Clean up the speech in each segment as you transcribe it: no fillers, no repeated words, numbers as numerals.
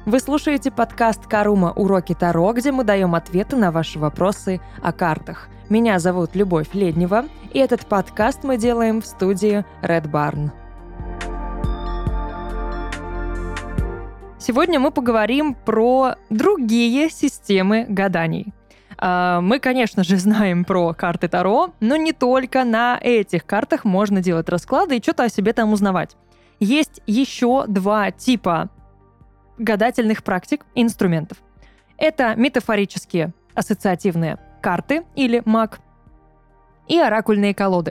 Вы слушаете подкаст «Карума. Уроки Таро», где мы даем ответы на ваши вопросы о картах. Меня зовут Любовь Леднева, и этот подкаст мы делаем в студии Red Barn. Сегодня мы поговорим про другие системы гаданий. Мы, конечно же, знаем про карты Таро, но не только на этих картах можно делать расклады и что-то о себе там узнавать. Есть еще два типа гадательных практик и инструментов. Это метафорические ассоциативные карты или маг и оракульные колоды.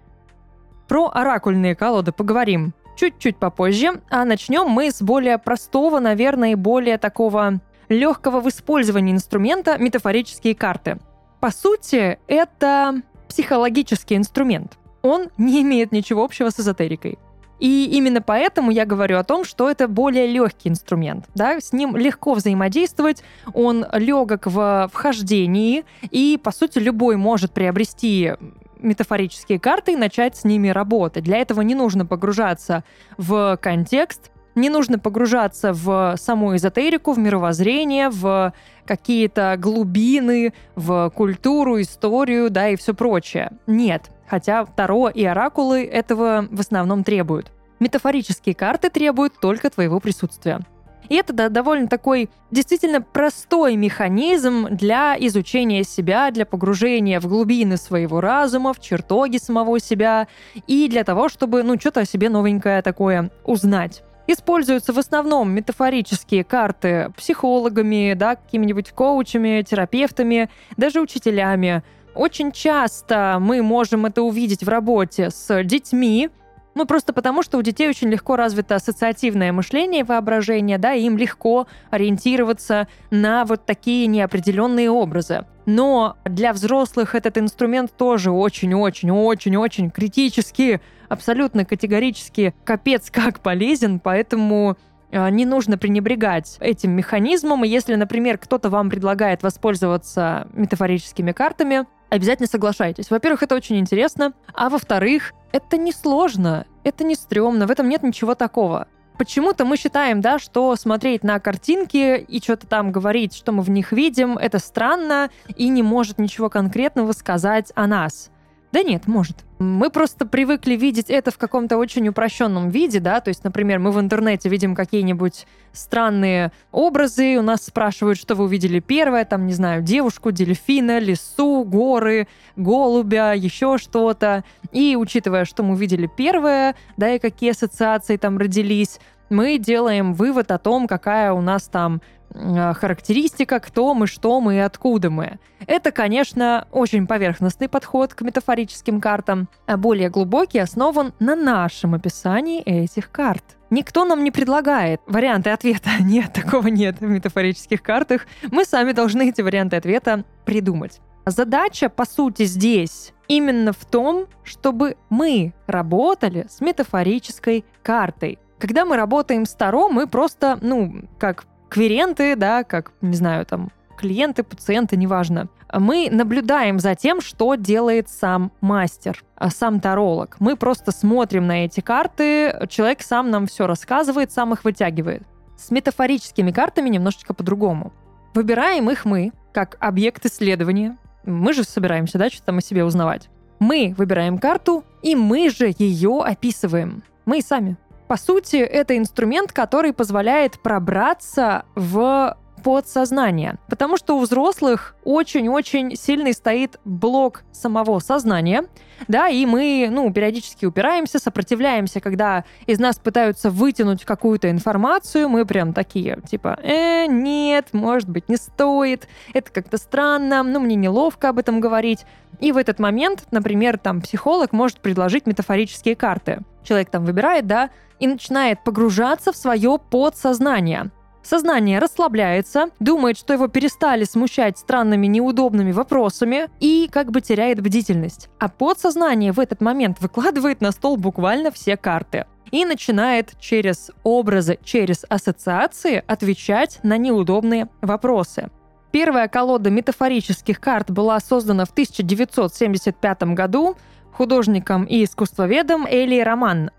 Про оракульные колоды поговорим чуть-чуть попозже, а начнем мы с более простого, наверное, и более такого легкого в использовании инструмента метафорические карты. По сути, это психологический инструмент. Он не имеет ничего общего с эзотерикой. И именно поэтому я говорю о том, что это более легкий инструмент. Да? С ним легко взаимодействовать, он легок в вхождении, и, по сути, любой может приобрести метафорические карты и начать с ними работать. Для этого не нужно погружаться в контекст, не нужно погружаться в саму эзотерику, в мировоззрение, в какие-то глубины, в культуру, историю, да, и все прочее. Нет. Хотя Таро и оракулы этого в основном требуют. Метафорические карты требуют только твоего присутствия. И это довольно такой действительно простой механизм для изучения себя, для погружения в глубины своего разума, в чертоги самого себя и для того, чтобы, что-то о себе новенькое такое узнать. Используются в основном метафорические карты психологами, да, какими-нибудь коучами, терапевтами, даже учителями. Очень часто мы можем это увидеть в работе с детьми, просто потому, что у детей очень легко развито ассоциативное мышление и воображение, да, и им легко ориентироваться на вот такие неопределенные образы. Но для взрослых этот инструмент тоже очень-очень-очень-очень критически, абсолютно категорически капец как полезен, поэтому не нужно пренебрегать этим механизмом. И если, например, кто-то вам предлагает воспользоваться метафорическими картами, обязательно соглашайтесь. Во-первых, это очень интересно, а во-вторых, это не сложно, это не стрёмно, в этом нет ничего такого. Почему-то мы считаем, да, что смотреть на картинки и что-то там говорить, что мы в них видим, это странно и не может ничего конкретного сказать о нас. Да нет, может. Мы просто привыкли видеть это в каком-то очень упрощенном виде, да, то есть, например, мы в интернете видим какие-нибудь странные образы, у нас спрашивают, что вы увидели первое, там, не знаю, девушку, дельфина, лису, горы, голубя, еще что-то. И учитывая, что мы увидели первое, да, и какие ассоциации там родились, мы делаем вывод о том, какая у нас там характеристика, кто мы, что мы и откуда мы. Это, конечно, очень поверхностный подход к метафорическим картам, а более глубокий основан на нашем описании этих карт. Никто нам не предлагает варианты ответа. Нет, такого нет в метафорических картах. Мы сами должны эти варианты ответа придумать. Задача, по сути, здесь именно в том, чтобы мы работали с метафорической картой. Когда мы работаем с Таро, мы просто, как кверенты, да, как, не знаю, там, клиенты, пациенты, неважно. Мы наблюдаем за тем, что делает сам мастер, сам таролог. Мы просто смотрим на эти карты, человек сам нам все рассказывает, сам их вытягивает. С метафорическими картами немножечко по-другому. Выбираем их мы, как объект исследования. Мы же собираемся, да, что-то там о себе узнавать. Мы выбираем карту, и мы же ее описываем. Мы сами. По сути, это инструмент, который позволяет пробраться в подсознание. Потому что у взрослых очень-очень сильный стоит блок самого сознания, да, и мы, периодически упираемся, сопротивляемся, когда из нас пытаются вытянуть какую-то информацию, мы прям такие, типа, нет, может быть, не стоит, это как-то странно, мне неловко об этом говорить. И в этот момент, например, там психолог может предложить метафорические карты. Человек там выбирает, да, и начинает погружаться в свое подсознание. Сознание расслабляется, думает, что его перестали смущать странными неудобными вопросами и как бы теряет бдительность. А подсознание в этот момент выкладывает на стол буквально все карты и начинает через образы, через ассоциации отвечать на неудобные вопросы. Первая колода метафорических карт была создана в 1975 году художником и искусствоведом Эли Роман.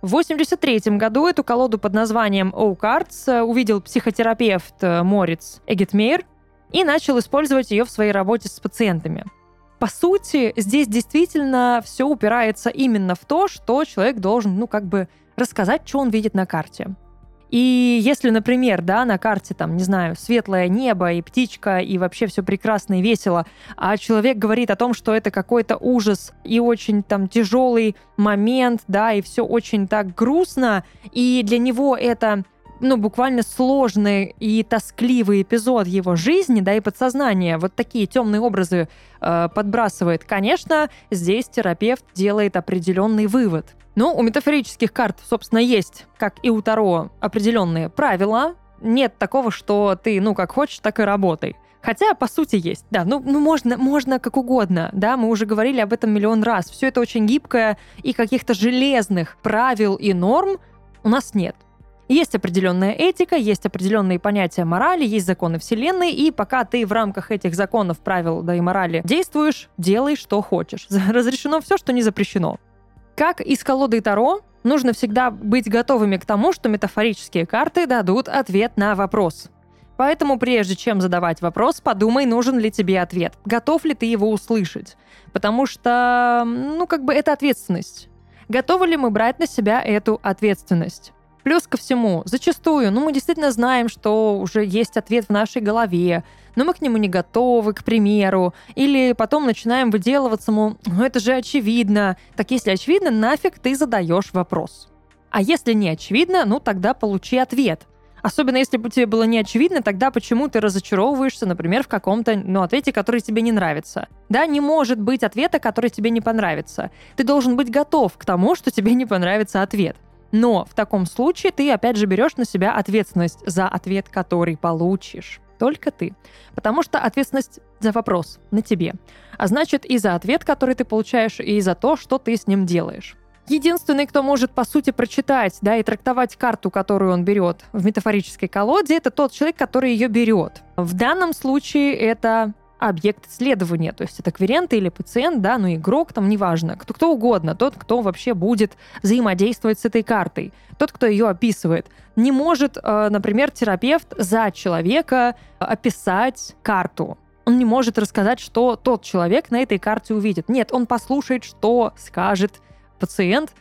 В 1983 году эту колоду под названием O-Cards увидел психотерапевт Мориц Эгетмейер и начал использовать ее в своей работе с пациентами. По сути, здесь действительно все упирается именно в то, что человек должен, рассказать, что он видит на карте. И если, например, на карте, светлое небо и птичка, и вообще все прекрасно и весело, а человек говорит о том, что это какой-то ужас и очень тяжелый момент, и все очень так грустно, и для него это буквально сложный и тоскливый эпизод его жизни, и подсознание вот такие темные образы подбрасывает. Конечно, здесь терапевт делает определенный вывод. У метафорических карт, собственно, есть, как и у Таро, определенные правила. Нет такого, что ты, как хочешь, так и работай. Хотя, по сути, есть. Можно как угодно. Мы уже говорили об этом миллион раз. Все это очень гибкое, и каких-то железных правил и норм у нас нет. Есть определенная этика, есть определенные понятия морали, есть законы Вселенной, и пока ты в рамках этих законов, правил, и морали действуешь, делай, что хочешь. Разрешено все, что не запрещено. Как и с колодой Таро, нужно всегда быть готовыми к тому, что метафорические карты дадут ответ на вопрос. Поэтому прежде чем задавать вопрос, подумай, нужен ли тебе ответ, готов ли ты его услышать. Потому что, это ответственность. Готовы ли мы брать на себя эту ответственность? Плюс ко всему, зачастую, мы действительно знаем, что уже есть ответ в нашей голове, но мы к нему не готовы, к примеру, или потом начинаем выделываться, это же очевидно. Так если очевидно, нафиг ты задаешь вопрос. А если не очевидно, тогда получи ответ. Особенно если бы тебе было не очевидно, тогда почему ты разочаровываешься, например, в каком-то ответе, который тебе не нравится. Не может быть ответа, который тебе не понравится. Ты должен быть готов к тому, что тебе не понравится ответ. Но в таком случае ты, опять же, берешь на себя ответственность за ответ, который получишь. Только ты. Потому что ответственность за вопрос на тебе. А значит, и за ответ, который ты получаешь, и за то, что ты с ним делаешь. Единственный, кто может, по сути, прочитать, и трактовать карту, которую он берет в метафорической колоде, это тот человек, который ее берет. В данном случае это объект исследования, то есть это клиент или пациент, игрок, неважно, кто угодно, тот, кто вообще будет взаимодействовать с этой картой, тот, кто ее описывает. Не может, например, терапевт за человека описать карту. Он не может рассказать, что тот человек на этой карте увидит. Нет, он послушает, что скажет пациент,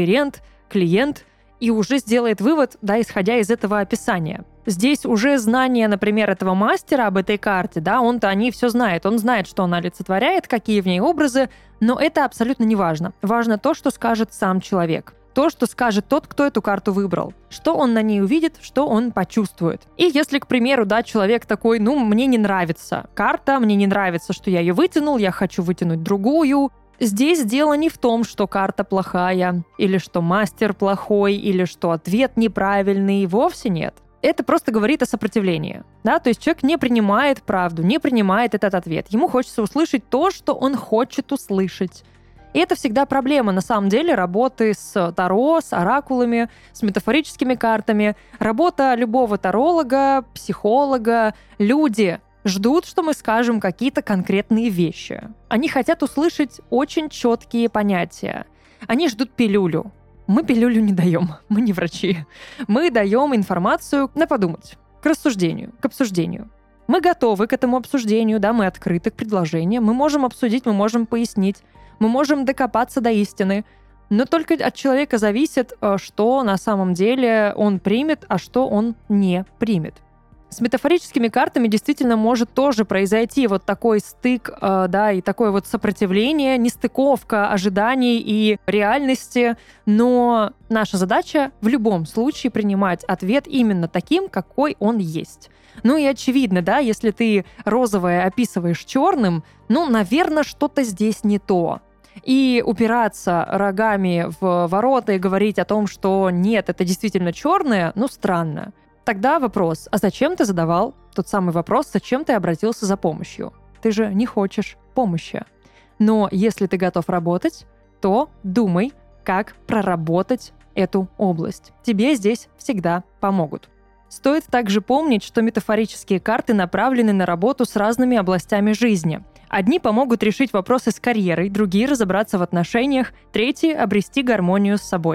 клиент, и уже сделает вывод, исходя из этого описания. Здесь уже знание, например, этого мастера об этой карте, он-то о ней все знает. Он знает, что она олицетворяет, какие в ней образы, но это абсолютно не важно. Важно то, что скажет сам человек. То, что скажет тот, кто эту карту выбрал. Что он на ней увидит, что он почувствует. И если, к примеру, человек такой, мне не нравится карта, мне не нравится, что я ее вытянул, я хочу вытянуть другую. Здесь дело не в том, что карта плохая, или что мастер плохой, или что ответ неправильный. Вовсе нет. Это просто говорит о сопротивлении. То есть человек не принимает правду, не принимает этот ответ. Ему хочется услышать то, что он хочет услышать. И это всегда проблема, на самом деле, работы с Таро, с оракулами, с метафорическими картами. Работа любого таролога, психолога. Люди ждут, что мы скажем какие-то конкретные вещи. Они хотят услышать очень четкие понятия. Они ждут пилюлю. Мы пилюлю не даем, мы не врачи. Мы даем информацию на подумать, к рассуждению, к обсуждению. Мы готовы к этому обсуждению, мы открыты к предложениям, мы можем обсудить, мы можем пояснить, мы можем докопаться до истины. Но только от человека зависит, что на самом деле он примет, а что он не примет. С метафорическими картами действительно может тоже произойти вот такой стык, и такое вот сопротивление, нестыковка ожиданий и реальности, но наша задача в любом случае принимать ответ именно таким, какой он есть. И очевидно, если ты розовое описываешь черным, наверное, что-то здесь не то. И упираться рогами в ворота и говорить о том, что нет, это действительно черное, странно. Тогда вопрос, а зачем ты задавал тот самый вопрос, зачем ты обратился за помощью? Ты же не хочешь помощи. Но если ты готов работать, то думай, как проработать эту область. Тебе здесь всегда помогут. Стоит также помнить, что метафорические карты направлены на работу с разными областями жизни. Одни помогут решить вопросы с карьерой, другие разобраться в отношениях, третьи обрести гармонию с собой.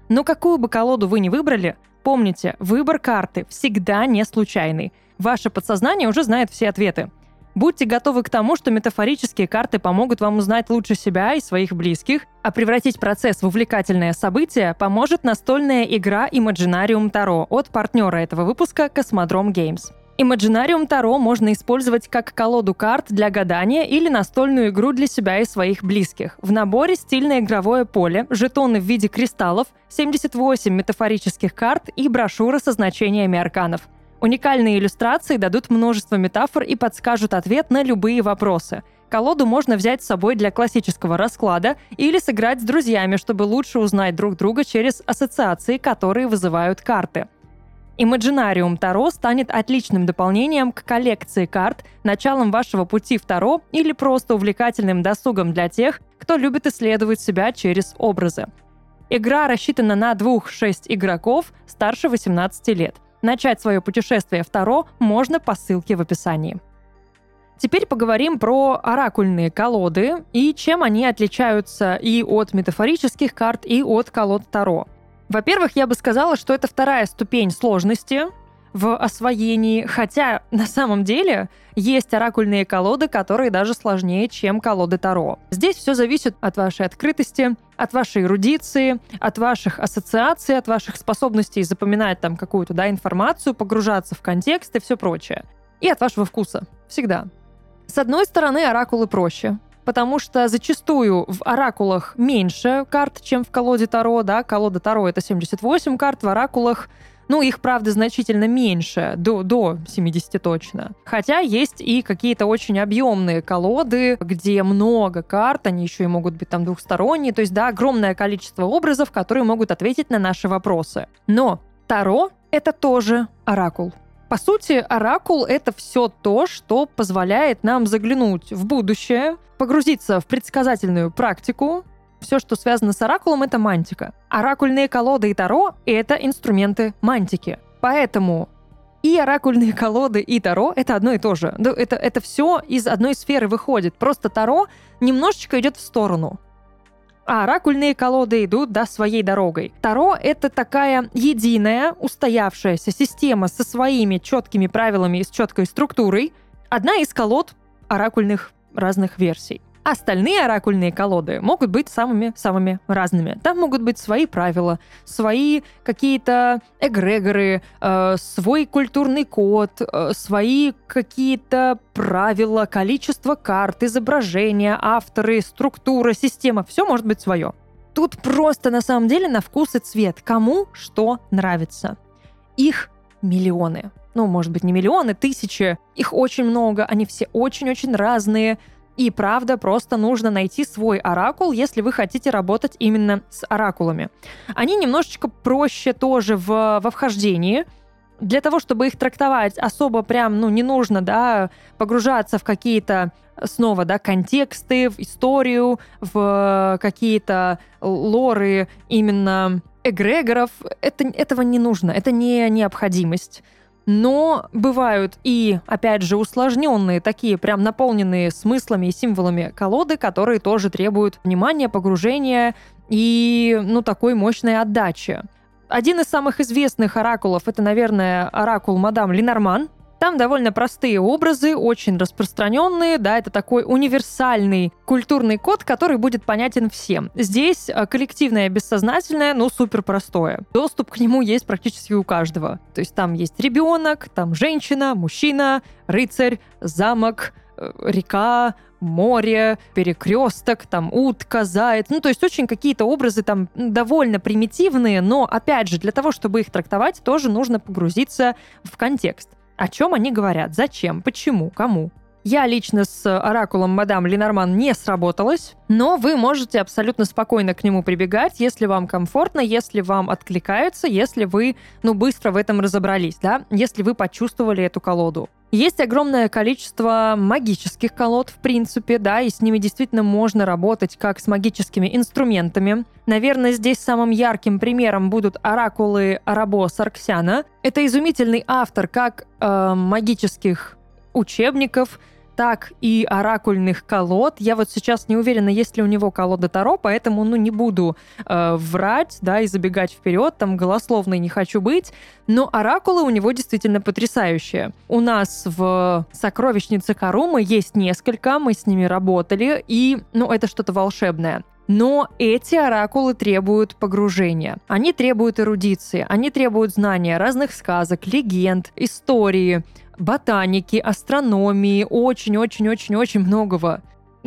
Но какую бы колоду вы ни выбрали, помните, выбор карты всегда не случайный. Ваше подсознание уже знает все ответы. Будьте готовы к тому, что метафорические карты помогут вам узнать лучше себя и своих близких, а превратить процесс в увлекательное событие поможет настольная игра Imaginarium Tarot от партнера этого выпуска Cosmodrome Games. Imaginarium Tarot можно использовать как колоду карт для гадания или настольную игру для себя и своих близких. В наборе стильное игровое поле, жетоны в виде кристаллов, 78 метафорических карт и брошюра со значениями арканов. Уникальные иллюстрации дадут множество метафор и подскажут ответ на любые вопросы. Колоду можно взять с собой для классического расклада или сыграть с друзьями, чтобы лучше узнать друг друга через ассоциации, которые вызывают карты. Imaginarium Tarot станет отличным дополнением к коллекции карт, началом вашего пути в Таро или просто увлекательным досугом для тех, кто любит исследовать себя через образы. Игра рассчитана на 2-6 игроков старше 18 лет. Начать свое путешествие в Таро можно по ссылке в описании. Теперь поговорим про оракульные колоды и чем они отличаются и от метафорических карт, и от колод Таро. Во-первых, я бы сказала, что это вторая ступень сложности в освоении, хотя на самом деле есть оракульные колоды, которые даже сложнее, чем колоды Таро. Здесь все зависит от вашей открытости, от вашей эрудиции, от ваших ассоциаций, от ваших способностей запоминать там какую-то информацию, погружаться в контекст и все прочее. И от вашего вкуса. Всегда. С одной стороны, оракулы проще, потому что зачастую в оракулах меньше карт, чем в колоде Таро, да, колода Таро — это 78 карт, в оракулах, их, правда, значительно меньше, до 70 точно. Хотя есть и какие-то очень объемные колоды, где много карт, они еще и могут быть там двухсторонние, то есть, да, огромное количество образов, которые могут ответить на наши вопросы. Но Таро — это тоже оракул. По сути, оракул — это все то, что позволяет нам заглянуть в будущее, погрузиться в предсказательную практику. Все, что связано с оракулом, это мантика. Оракульные колоды и Таро — это инструменты мантики. Поэтому и оракульные колоды, и Таро — это одно и то же. Это все из одной сферы выходит. Просто Таро немножечко идет в сторону. А оракульные колоды идут, своей дорогой. Таро — это такая единая, устоявшаяся система со своими четкими правилами и с четкой структурой. Одна из колод оракульных разных версий. Остальные оракульные колоды могут быть самыми разными. Там могут быть свои правила, свои какие-то эгрегоры, свой культурный код, свои какие-то правила, количество карт, изображения, авторы, структура, система. Все может быть свое. Тут просто на самом деле на вкус и цвет. Кому что нравится. Их миллионы. Может быть, не миллионы, тысячи. Их очень много, они все очень-очень разные. И правда, просто нужно найти свой оракул, если вы хотите работать именно с оракулами. Они немножечко проще тоже во вхождении. Для того, чтобы их трактовать, особо прям, не нужно, погружаться в какие-то снова, контексты, в историю, в какие-то лоры именно эгрегоров. Этого не нужно, это не необходимость. Но бывают и, опять же, усложненные, такие прям наполненные смыслами и символами колоды, которые тоже требуют внимания, погружения и, такой мощной отдачи. Один из самых известных оракулов — это, наверное, оракул мадам Ленорман. Там довольно простые образы, очень распространенные, это такой универсальный культурный код, который будет понятен всем. Здесь коллективное бессознательное, супер простое. Доступ к нему есть практически у каждого. То есть там есть ребенок, там женщина, мужчина, рыцарь, замок, река, море, перекресток, там утка, заяц. То есть очень какие-то образы там довольно примитивные, но, опять же, для того, чтобы их трактовать, тоже нужно погрузиться в контекст. О чем они говорят, зачем, почему, кому. Я лично с оракулом мадам Ленорман не сработалась, но вы можете абсолютно спокойно к нему прибегать, если вам комфортно, если вам откликается, если вы, быстро в этом разобрались, если вы почувствовали эту колоду. Есть огромное количество магических колод, в принципе, и с ними действительно можно работать как с магическими инструментами. Наверное, здесь самым ярким примером будут оракулы Арабо Сарксяна. Это изумительный автор как магических учебников, так и оракульных колод. Я вот сейчас не уверена, есть ли у него колода Таро, поэтому, не буду врать, да, и забегать вперед, там, голословной не хочу быть, но оракулы у него действительно потрясающие. У нас в сокровищнице Карумы есть несколько, мы с ними работали, и, это что-то волшебное. Но эти оракулы требуют погружения. Они требуют эрудиции, они требуют знания разных сказок, легенд, истории, ботаники, астрономии, очень-очень-очень-очень многого.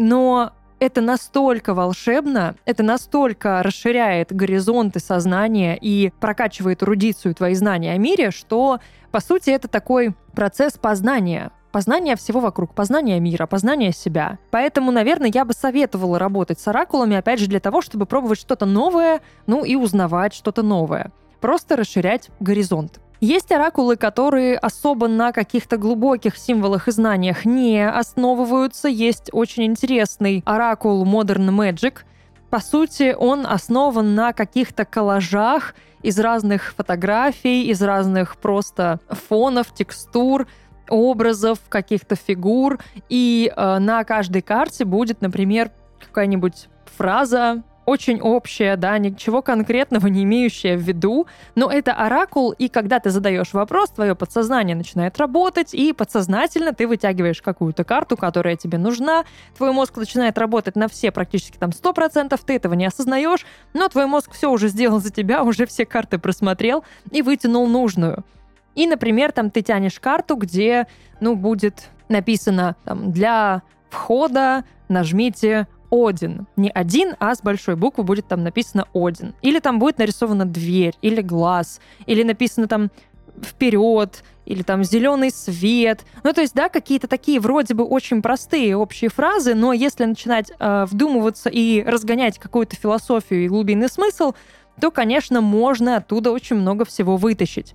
Но это настолько волшебно, это настолько расширяет горизонты сознания и прокачивает эрудицию твои знания о мире, что, по сути, это такой процесс познания. Познание всего вокруг, познание мира, познание себя. Поэтому, наверное, я бы советовала работать с оракулами, опять же, для того, чтобы пробовать что-то новое, и узнавать что-то новое. Просто расширять горизонт. Есть оракулы, которые особо на каких-то глубоких символах и знаниях не основываются. Есть очень интересный оракул Modern Magic. По сути, он основан на каких-то коллажах из разных фотографий, из разных просто фонов, текстур, образов, каких-то фигур, и на каждой карте будет, например, какая-нибудь фраза, очень общая, да, ничего конкретного не имеющая в виду, но это оракул, и когда ты задаешь вопрос, твое подсознание начинает работать, и подсознательно ты вытягиваешь какую-то карту, которая тебе нужна, твой мозг начинает работать на все практически 100%, ты этого не осознаешь, но твой мозг все уже сделал за тебя, уже все карты просмотрел и вытянул нужную. И, например, ты тянешь карту, где, будет написано, для входа нажмите Один. Не один, а с большой буквы будет написано Один. Или там будет нарисована дверь, или глаз, или написано вперед, или зеленый свет. То есть, да, какие-то такие вроде бы очень простые общие фразы, но если начинать вдумываться и разгонять какую-то философию и глубинный смысл, то, конечно, можно оттуда очень много всего вытащить.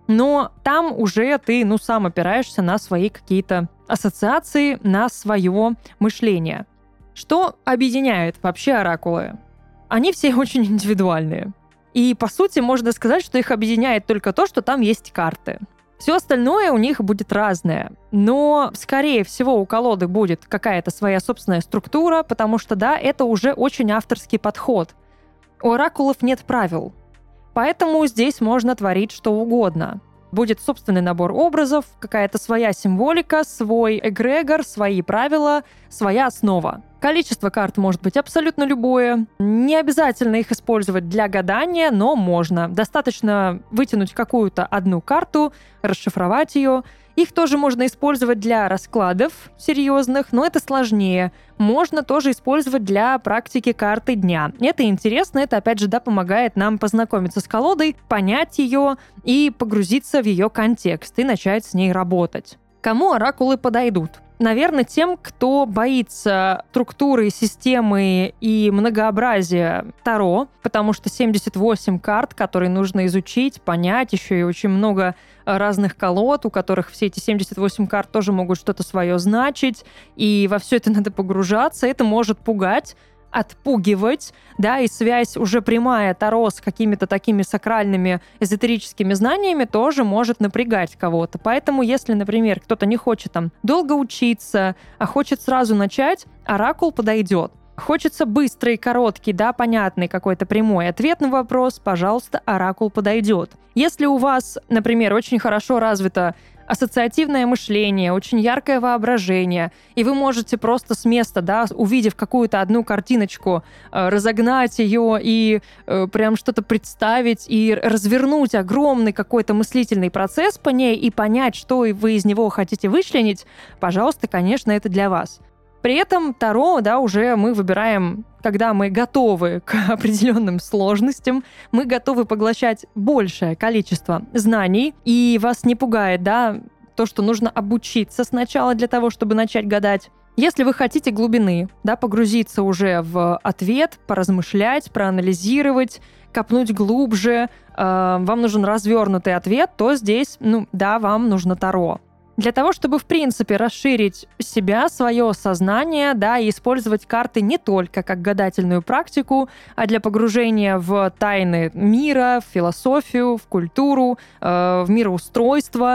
Но там уже ты, сам опираешься на свои какие-то ассоциации, на свое мышление. Что объединяет вообще оракулы? Они все очень индивидуальные. И, по сути, можно сказать, что их объединяет только то, что там есть карты. Все остальное у них будет разное. Но, скорее всего, у колоды будет какая-то своя собственная структура, потому что, да, это уже очень авторский подход. У оракулов нет правил. Поэтому здесь можно творить что угодно. Будет собственный набор образов, какая-то своя символика, свой эгрегор, свои правила, своя основа. Количество карт может быть абсолютно любое. Не обязательно их использовать для гадания, но можно. Достаточно вытянуть какую-то одну карту, расшифровать ее. Их тоже можно использовать для раскладов серьезных, но это сложнее. Можно тоже использовать для практики карты дня. Это интересно, это, опять же, помогает нам познакомиться с колодой, понять ее и погрузиться в ее контекст и начать с ней работать. Кому оракулы подойдут? Наверное, тем, кто боится структуры, системы и многообразия Таро, потому что 78 карт, которые нужно изучить, понять, еще и очень много разных колод, у которых все эти 78 карт тоже могут что-то свое значить, и во все это надо погружаться, это может пугать, отпугивать, да, и связь уже прямая Таро с какими-то такими сакральными эзотерическими знаниями тоже может напрягать кого-то. Поэтому, если, например, кто-то не хочет долго учиться, а хочет сразу начать, оракул подойдет. Хочется быстрый, короткий, да, понятный какой-то прямой ответ на вопрос, пожалуйста, оракул подойдет. Если у вас, например, очень хорошо развито ассоциативное мышление, очень яркое воображение, и вы можете просто с места, да, увидев какую-то одну картиночку, разогнать ее и прям что-то представить и развернуть огромный какой-то мыслительный процесс по ней и понять, что вы из него хотите вычленить, пожалуйста, конечно, это для вас. При этом Таро, да, уже мы выбираем, когда мы готовы к определенным сложностям, мы готовы поглощать большее количество знаний, и вас не пугает, да, то, что нужно обучиться сначала для того, чтобы начать гадать. Если вы хотите глубины, да, погрузиться уже в ответ, поразмышлять, проанализировать, копнуть глубже, вам нужен развернутый ответ, то здесь, да, вам нужно Таро. Для того, чтобы, в принципе, расширить себя, свое сознание, да, и использовать карты не только как гадательную практику, а для погружения в тайны мира, в философию, в культуру, в мироустройство,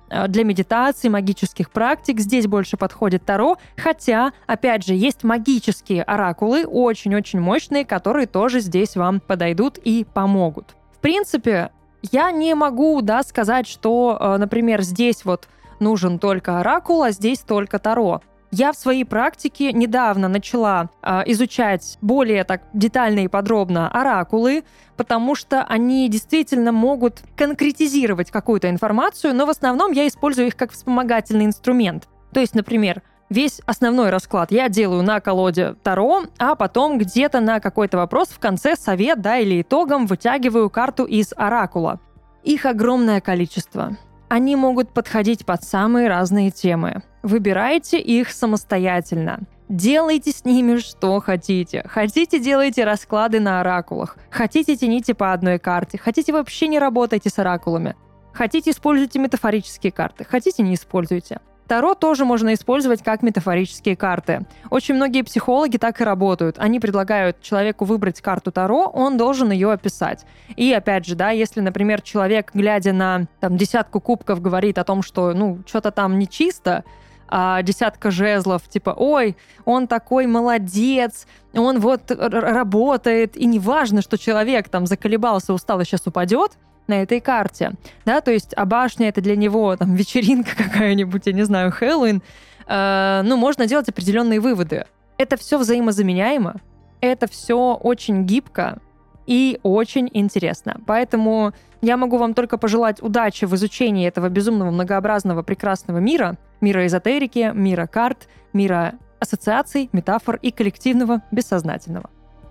для медитации, магических практик. Здесь больше подходит Таро, хотя, опять же, есть магические оракулы, очень-очень мощные, которые тоже здесь вам подойдут и помогут. В принципе, я не могу, сказать, что, например, здесь вот нужен только оракул, а здесь только Таро. Я в своей практике недавно начала изучать более так детально и подробно оракулы, потому что они действительно могут конкретизировать какую-то информацию, но в основном я использую их как вспомогательный инструмент. То есть, например, весь основной расклад я делаю на колоде Таро, а потом где-то на какой-то вопрос в конце совет, или итогом вытягиваю карту из оракула. Их огромное количество. Они могут подходить под самые разные темы. Выбирайте их самостоятельно. Делайте с ними что хотите. Хотите, делайте расклады на оракулах. Хотите, тяните по одной карте. Хотите, вообще не работайте с оракулами. Хотите, используйте метафорические карты. Хотите, не используйте. Таро тоже можно использовать как метафорические карты. Очень многие психологи так и работают. Они предлагают человеку выбрать карту Таро, он должен ее описать. И опять же, если, например, человек, глядя на десятку кубков, говорит о том, что, что-то там нечисто, а десятка жезлов, ой, он такой молодец, он вот работает, и неважно, что человек заколебался, устал и сейчас упадет, на этой карте, то есть, а башня — это для него вечеринка какая-нибудь, я не знаю, Хэллоуин, можно делать определенные выводы. Это все взаимозаменяемо, это все очень гибко и очень интересно. Поэтому я могу вам только пожелать удачи в изучении этого безумного, многообразного, прекрасного мира эзотерики, мира карт, мира ассоциаций, метафор и коллективного бессознательного.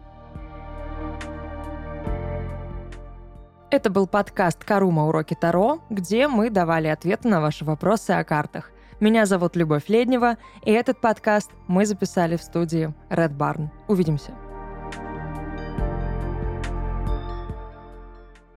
Это был подкаст «Карума. Уроки Таро», где мы давали ответы на ваши вопросы о картах. Меня зовут Любовь Леднева, и этот подкаст мы записали в студии Red Barn. Увидимся.